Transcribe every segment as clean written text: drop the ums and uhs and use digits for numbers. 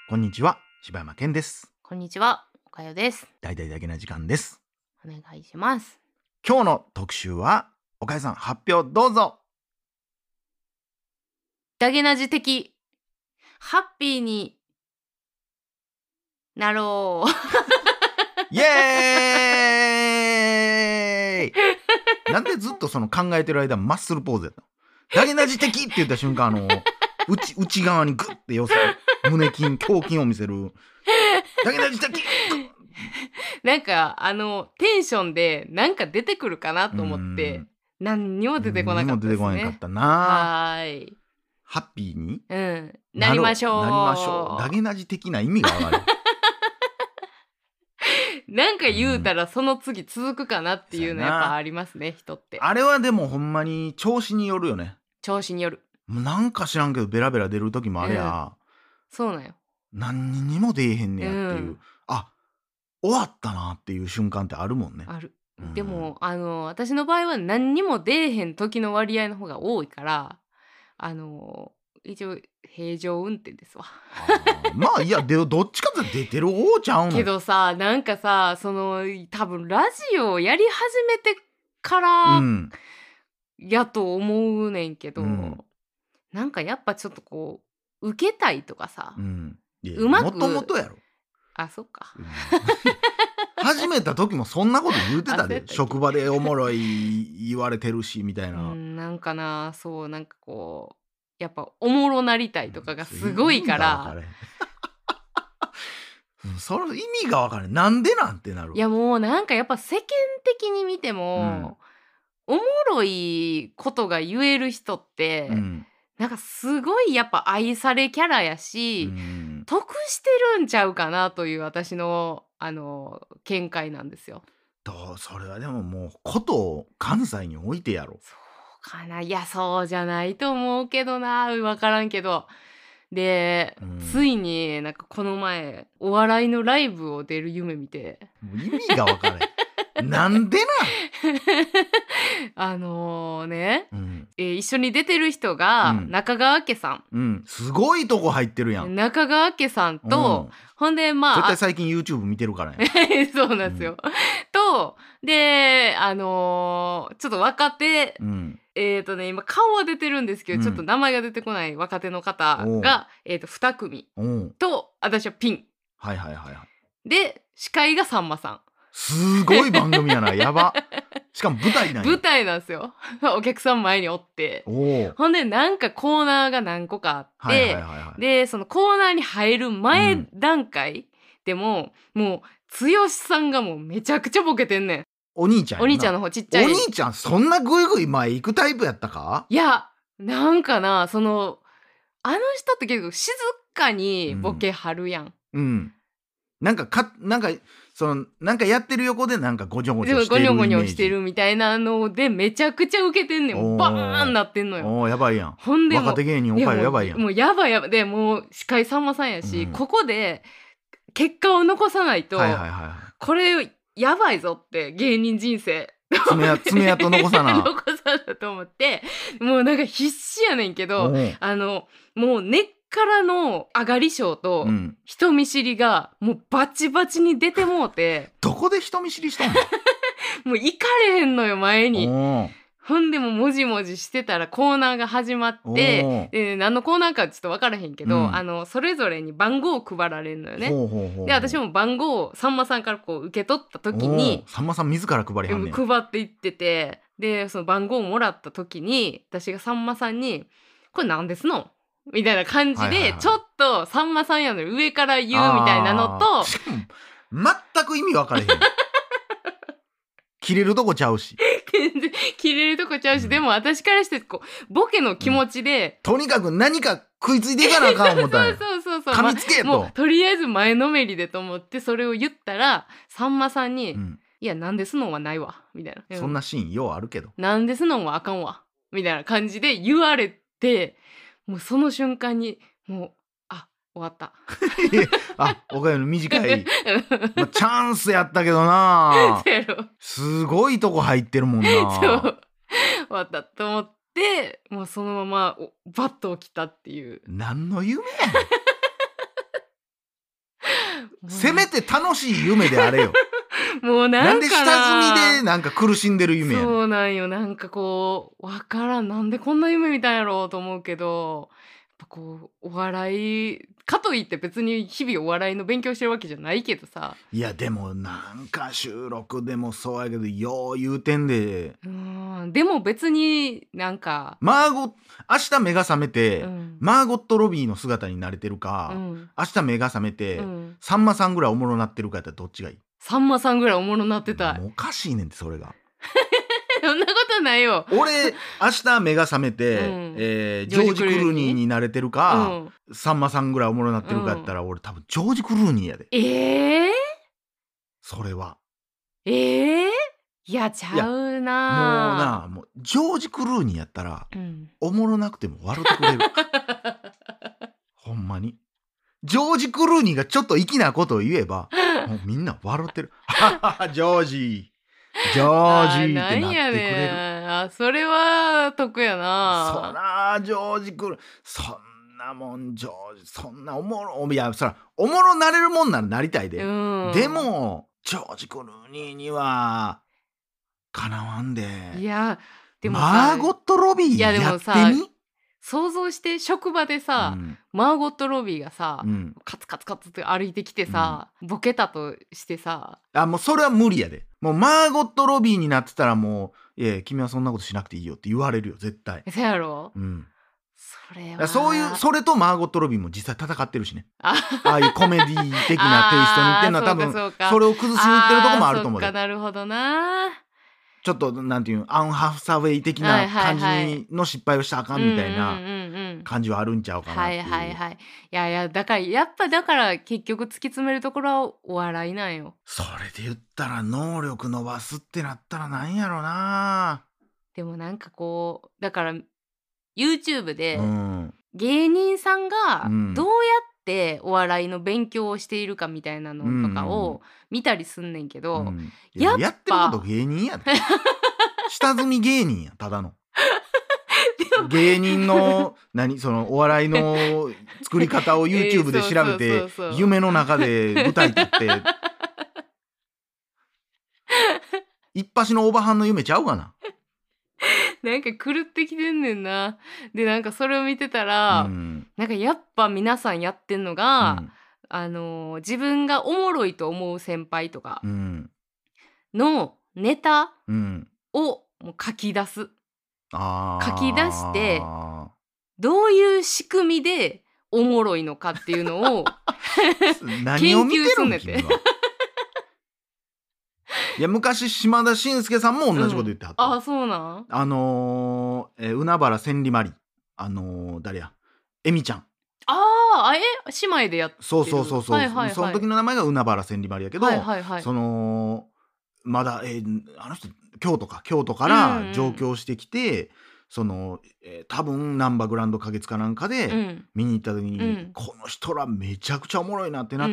こんにちは、柴山健です。 こんにちは、おかよです。 大々だけな時間です。 お願いします。 今日の特集は、おかよさん発表どうぞ。 ダゲナジ的ハッピーになろう。 イエーイなんでずっとその考えてる間マッスルポーズやったの？ダゲナジ的って言った瞬間、内側にグッて寄せる胸筋、胸筋を見せるダゲナジ的なんかテンションでなんか出てくるかなと思って何にも出てこなかったですね。 何にも出てこなかったな。 はーい。 ハッピーになりましょう。 なりましょう。ダゲナジ的な意味がわかる。 なんか言うたらその次続くかなっていうのやっぱありますね、人って。 あれはでもほんまに調子によるよね。 調子による。 もうなんか知らんけどベラベラ出る時もありゃ、 そうなんよ。 何にも出えへんねやっていう、あ、終わったなっていう瞬間ってあるもんね。 ある。でも私の場合は何にも出えへん時の割合の方が多いから一応平常運転ですわ。 まあいやどっちかって出てる方ちゃうの。 けどさ、なんかさ、多分ラジオをやり始めてからやと思うねんけど、なんかやっぱちょっとこう受けたいとかさ、うまくもともとやろ。 あ、そっか。 始めた時もそんなこと言うてたで。 そうやったっけ。 職場でおもろい言われてるしみたいな。 なんかな、そうなんかこうやっぱおもろなりたいとかがすごいから。 その意味が分かれん。なんでなんてなる。 いやもうなんかやっぱ世間的に見ても、おもろいことが言える人って、なんかすごいやっぱ愛されキャラやし、得してるんちゃうかなという私の見解なんですよ。 それはでももうこと関西においてやろ。 そうかな。いやそうじゃないと思うけどな、分からんけど。で、ついになんかこの前お笑いのライブを出る夢見て、 もう意味が分からへん。なんで一緒に出てる人が中川家さん、 すごいとこ入ってるやん。 中川家さんと、ほんで絶対最近 YouTube 見てるからやそうなんですよ。とでちょっと若手、今顔は出てるんですけど、ちょっと名前が出てこない若手の方が2組と、私はピンで、司会がさんまさん。 すごい番組やな。やば。しかも舞台なんや。 舞台なんですよ。お客さん前におって、ほんでなんかコーナーが何個かあって、でそのコーナーに入る前段階でも、もう剛さんがもうめちゃくちゃボケてんねん。お兄ちゃんの方、ちっちゃい。 お兄ちゃんそんなグイグイ前行くタイプやったか？ いや、なんかな、あの人って結構静かにボケはるやん。 なんかやってる横でなんかゴニョゴニョしてるイメージ。 ゴニョゴニョしてるみたいなのでめちゃくちゃウケてんねん。バーンなってんのよ。 やばいやん。 ほんで若手芸人おっぱいやばいやん。 もうやばいで、もう司会さんまさんやし、ここで結果を残さないと、これやばいぞって芸人人生。 爪痕残さな残さなと思って、もうなんか必死やねんけど、もう根っからの上がり症と人見知りがもうバチバチに出てもうて、 どこで人見知りしたんだもう行かれへんのよ前に。ほんでももじもじしてたらコーナーが始まって、何のコーナーかちょっと分からへんけど、それぞれに番号を配られるのよね。で私も番号をさんまさんからこう受け取った時に、 さんまさん自ら配りはんねん。 配っていってて、でその番号をもらった時に私がさんまさんに「これ何ですの?」みたいな感じで、ちょっとさんまさんやのに上から言うみたいなのと、 全く意味分からへん。切れるとこちゃうし。 切れるとこちゃうし、でも私からしてこうボケの気持ちで、 とにかく何か食いついていかなあかん思ったんや。 そう噛みつけと、 もうとりあえず前のめりでと思ってそれを言ったら、さんまさんに「いやなんですのんはないわ」みたいな。 そんなシーンようあるけど。 なんですのんはあかんわみたいな感じで言われて、もうその瞬間にもう終わった。 おかゆの短い、チャンスやったけどな。すごいとこ入ってるもんな。 そう終わったと思って、もうそのままバッと起きたっていう。 何の夢やねんせめて楽しい夢であれよ。 もうなんでか下積みでなんか苦しんでる夢やねん。 そうなんよ。なんかこう、わからん。なんでこんな夢見たんやろうと思うけど、やっぱこう、お笑い、かといって別に日々お笑いの勉強してるわけじゃないけどさ。 いやでもなんか収録でもそうやけどよう言うてんで。 でも別になんか、 明日目が覚めて、 うんマーゴット・ロビーの姿になれてるか、 うん明日目が覚めて、 うんさんまさんぐらいおもろなってるかやったらどっちがいい？ さんまさんぐらいおもろなってたい。 もうおかしいねんってそれが。 そんなことないよ。 俺明日目が覚めて、 うんジョージ・クルーニーになれてるか、さんまさんぐらいおもろなってるかやったら、俺多分ジョージ・クルーニーやで。それは。 いやちゃうなもうジョージ・クルーニーやったら、 うんおもろなくても笑ってくれる。ほんまに。ジョージ・クルーニーがちょっと粋なことを言えば、もうみんな笑ってる。ははは、ジョージジョージってなってくれる。 それは得やな。 そらジョージ・クルー、そんなもんジョージ、そんなおもろ、いやそらおもろなれるもんならなりたいで。でもジョージ・クルーニーにはかなわんで。 いやでもマーゴット・ロビーやってみ。 想像して職場でさ、マーゴット・ロビーがさ、カツカツカツって歩いてきてさ、ボケたとしてさ、 もうそれは無理やで。もうマーゴット・ロビーになってたらもう、いや君はそんなことしなくていいよって言われるよ絶対。 そやろ。それはそれとマーゴット・ロビーも実際戦ってるしね。ああいうコメディ的なテイストにいってんのは多分それを崩しにいってるとこもあると思うで。 なるほどな。 ちょっとなんていうアン・ハサウェイ的な感じの失敗をしたらあかんみたいな感じはあるんちゃうかなっていう。 いやだから結局突き詰めるところはお笑いなんよ。 それで言ったら能力伸ばすってなったらなんやろな。 でもなんかこうだから YouTube で芸人さんがどうやってお笑いの勉強をしているかみたいなのとかを見たりすんねんけど、 やってること芸人やで。下積み芸人やただの。芸人のそのお笑いの作り方を YouTube で調べて夢の中で舞台立って一発のおばはんの夢ちゃうかな。 なんか狂ってきてんねんな。でなんかそれを見てたら、なんかやっぱ皆さんやってんのが、自分がおもろいと思う先輩とかのネタをもう書き出す。書き出してどういう仕組みでおもろいのかっていうのを何を見てるんだっていや昔島田紳介さんも同じこと言ってはった。 そうなん。 海原千里マリ誰やエミちゃん。 姉妹でやってる。 そう、その時の名前が海原千里マリやけど、そのまだあの人京都から上京してきて、その多分ナンバーグランド花月かなんかで見に行った時に、この人らめちゃくちゃおもろいなってなって、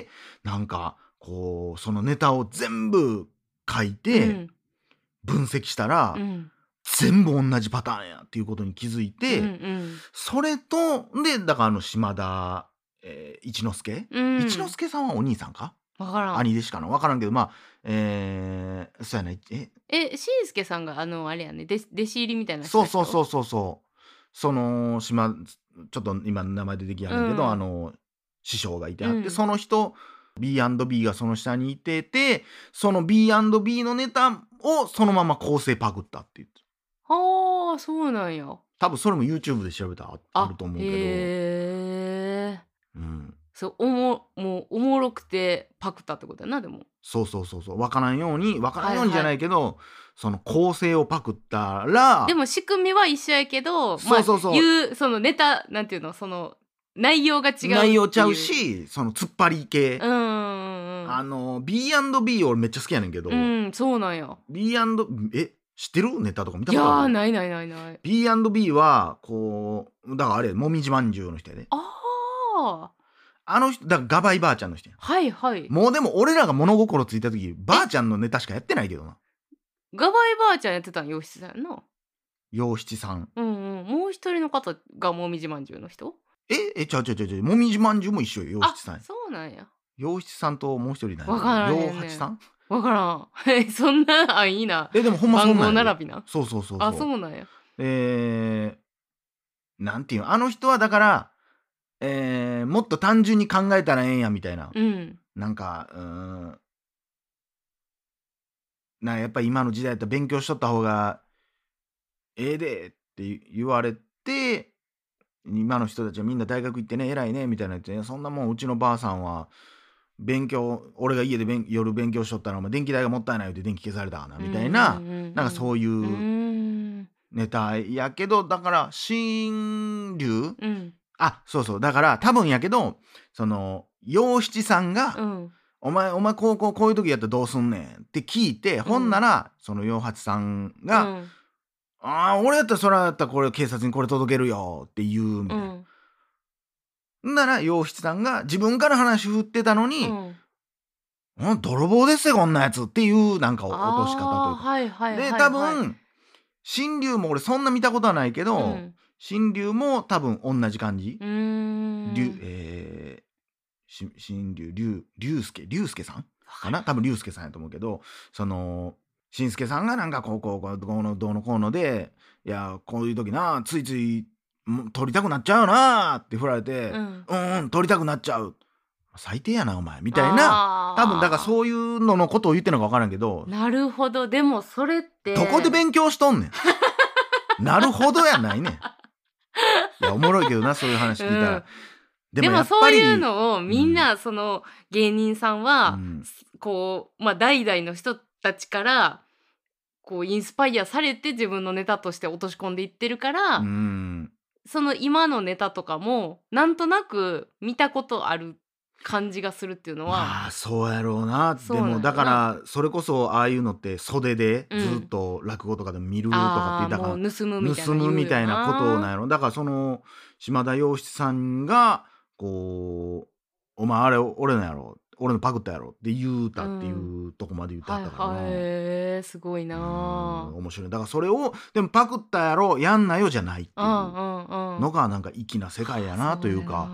なんかこうそのネタを全部書いて分析したら、全部同じパターンやっていうことに気づいて、それとでだから島田一之輔、一之輔さんはお兄さんか分からん、 兄弟子かな分からんけど、まあそうやな、 しんすけさんがあれやね、弟子入りみたいな人。そうそのちょっと今名前出てきやねんけど、師匠がいてあって、その人B&B がその下にいてて、その B&B のネタをそのまま構成パクったって言って。 そうなんや。 多分それも YouTube で調べたらあると思うけど。 そうもうおもろくてパクったってことやな。でもそう分からんようにじゃないけど、その構成をパクったら、 でも仕組みは一緒やけど、そのネタなんていうの、その内容が違うっていう。 内容ちゃうし、その突っ張り系。B&B 俺めっちゃ好きやねんけど。 そうなんや。 知ってるネタとか見たことある？ いやない。 B&B はこうだからあれもみじまんじゅうの人やで。あの人だからガバイばあちゃんの人や。もうでも俺らが物心ついた時ばあちゃんのネタしかやってないけどな。 ガバイばあちゃんやってたん洋七さんやな。 洋七さん。 もう一人の方がもみじまんじゅうの人？ ちゃうもみじまんじゅうも一緒よ洋七さん。 そうなんや。 洋七さんともう一人わからへんねん洋八さん。 わからん。そんないいな。 でもほんまそ番号んなんやで。 並びな。 そうそうそうあ、 そう。 そうなんや。 なんていうの、あの人はだから、もっと単純に考えたらええんやみたいな。 うん。 なんか、やっぱり今の時代やったら勉強しとった方がええでって言われて、今の人たちはみんな大学行ってね、偉いねみたいな言って、そんなもんうちのばあさんは俺が家で夜勉強しとったらお前電気代がもったいないって電気消されたかなみたいな、なんかそういうネタやけど、だから新流、そうそう、だから多分やけど、その洋七さんが、お前こういう時やったらどうすんねんって聞いて、ほんならその洋八さんが、俺やったらそれやったらこれ警察にこれ届けるよって言うみたいな。なら洋七さんが自分から話振ってたのに、泥棒ですよこんなやつっていうなんか落とし方というか。で多分新流も俺そんな見たことはないけど、新流も多分同じ感じ。新流龍介さんかな、多分龍介さんやと思うけど、その新助さんがなんかこうどうのこうので、いやこういう時なついつい撮りたくなっちゃうなって振られて、撮りたくなっちゃう、最低やなお前みたいな、多分だからそういうののことを言ってるのか分からんけど。 なるほど。でもそれってどこで勉強しとんねんなるほどやないねん。いやおもろいけどなそういう話聞いたら。 でもそういうのをみんなその芸人さんはこう代々の人たちからこうインスパイアされて自分のネタとして落とし込んでいってるから、その今のネタとかもなんとなく見たことある感じがするっていうのは、 まあそうやろうな。でもだからそれこそああいうのって袖でずっと落語とかでも見るとかって、だから盗むみたいなことなんやろ。だからその島田洋七さんがこうお前あれ俺のやろ、俺のパクったやろって言うたっていうとこまで言ってあったからな。 すごいな。 面白い。だからそれをでもパクったやろやんなよじゃないっていうのがなんか粋な世界やなというか。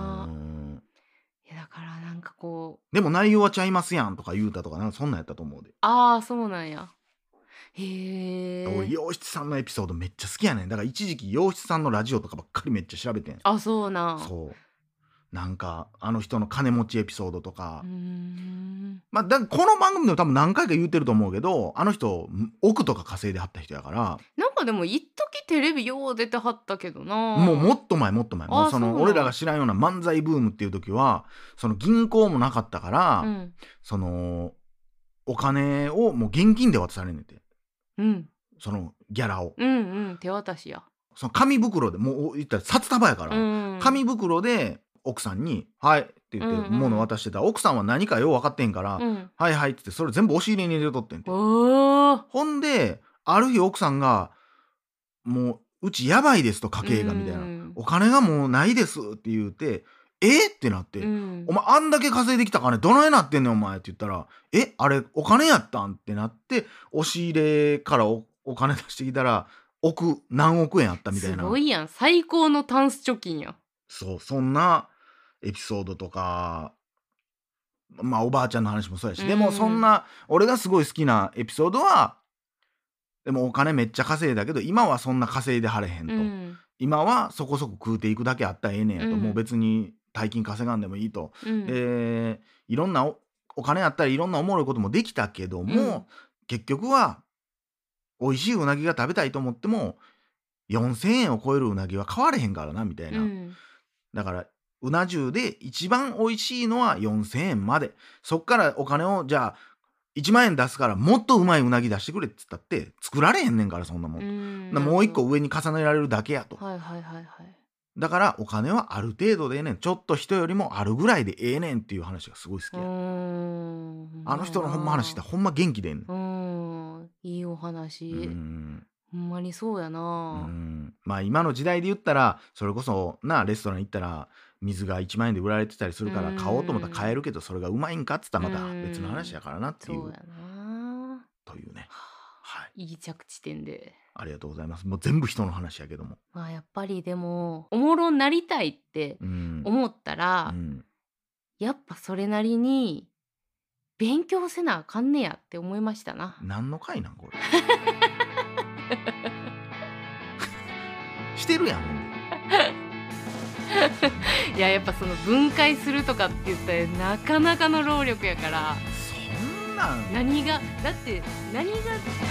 だからなんかこうでも内容はちゃいますやんとか言うたとかなんかそんなんやったと思うで。 そうなんや。へえ。 俺洋七さんのエピソードめっちゃ好きやねん。だから一時期洋七さんのラジオとかばっかりめっちゃ調べてん。 そうなん。 そうなんかあの人の金持ちエピソードとか。だからこの番組でも多分何回か言うてると思うけど、あの人億とか稼いではった人やから。 なんかでも一時テレビよう出てはったけどな。 もっと前もうその俺らが知らんような漫才ブームっていう時はその銀行もなかったから、そのお金をもう現金で渡されんねんて。そのギャラを。 手渡しや。 その紙袋でもう言ったら札束やから、紙袋で奥さんに「はい」って言って物渡してたら、奥さんは何かよう分かってんから「はいはい」って言ってそれ全部押し入れに入れとってんて。ほんである日奥さんが「もううちやばいです」と家計がみたいな「お金がもうないです」って言うて「ってなって「お前あんだけ稼いできた金どないなってんねんお前」って言ったら「あれお金やったん?」ってなって、押し入れからお金出してきたら何億円あったみたいな。 すごいやん。最高のタンス貯金や。 そんなエピソードとか、おばあちゃんの話もそうやし、でもそんな俺がすごい好きなエピソードは、でもお金めっちゃ稼いだけど今はそんな稼いではれへんと、今はそこそこ食うていくだけあったらええねんやと、もう別に大金稼がんでもいいと、いろんなお金あったらいろんなおもろいこともできたけども、結局は美味しいうなぎが食べたいと思っても4,000円を超えるうなぎは買われへんからなみたいな。だからうな重で一番美味しいのは4,000円まで、そっからお金をじゃあ1万円出すからもっとうまいうなぎ出してくれっつったって作られへんねんから、そんなもん。もう一個上に重ねられるだけやと。だからお金はある程度でええねん、ちょっと人よりもあるぐらいでええねんっていう話がすごい好きや。あの人のほんま話してほんま元気でんねん。 いいお話。ほんまにそうやな。 今の時代で言ったらそれこそな、レストラン行ったら水が1万円で売られてたりするから買おうと思ったら買えるけど、それがうまいんかっつったらまた別の話やからなっていう。 そうやな。 というね。 いい着地点で。 ありがとうございます。もう全部人の話やけども。 やっぱりでもおもろになりたいって思ったら、 やっぱそれなりに勉強せなあかんねやって思いましたな。 何の回なんこれ。してるやん。 いややっぱその分解するとかって言ったらなかなかの労力やから。 そんなん何がだって何がどういう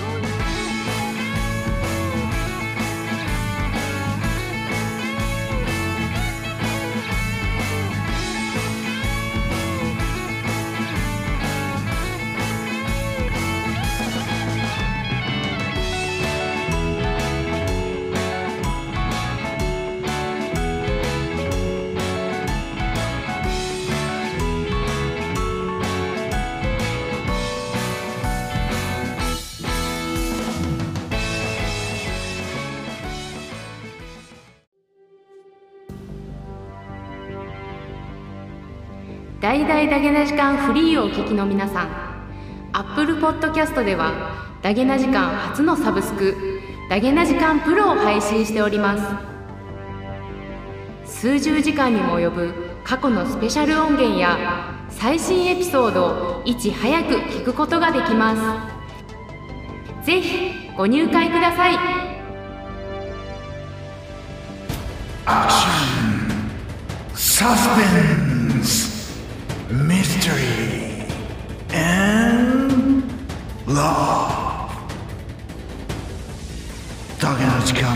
大々ダゲな時間フリーをお聞きの皆さん、Apple Podcast ではダゲな時間初のサブスクダゲな時間プロを配信しております。数十時間にも及ぶ過去のスペシャル音源や最新エピソードをいち早く聞くことができます。ぜひご入会ください。 アクション、サスペンス、Mystery and Love ダゲな時間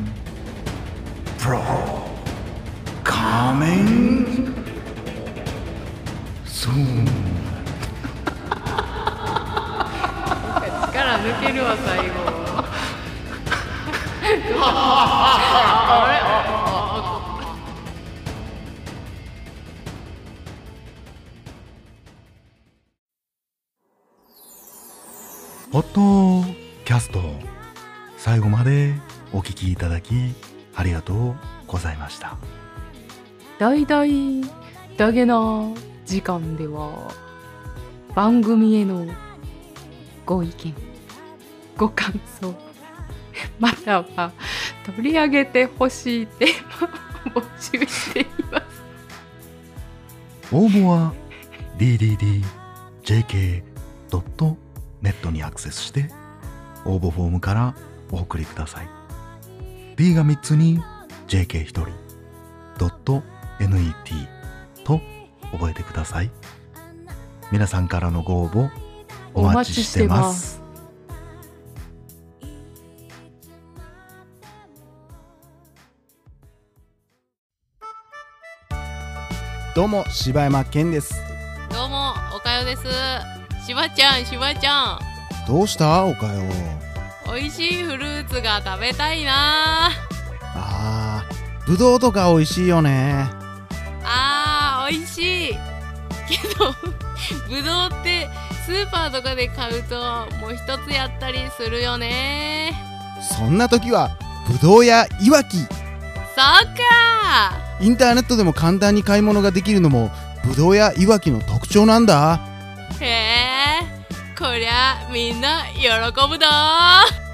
Pro Coming Soon 力抜けるわ最後。あれポッドキャスト、最後までお聞きいただきありがとうございました。 大々ダゲな時間では番組へのご意見ご感想または取り上げてほしいテーマを募集しています。 応募は dddjk.net にアクセスして応募フォームからお送りください。 D が3つに JK1 人 .net と覚えてください。皆さんからのご応募お待ちしてます。 どうも柴山健です。 どうもおかよです。しばちゃんどうしたおかよ。 美味しいフルーツが食べたいなあー、ぶどうとか美味しいよね。 美味しいけどぶどうってスーパーとかで買うともう一つやったりするよね。 そんな時はぶどうやいわき、 そっかインターネットでも簡単に買い物ができるのもぶどうやいわきの特徴なんだ。 へえ、こりゃみんな喜ぶだ。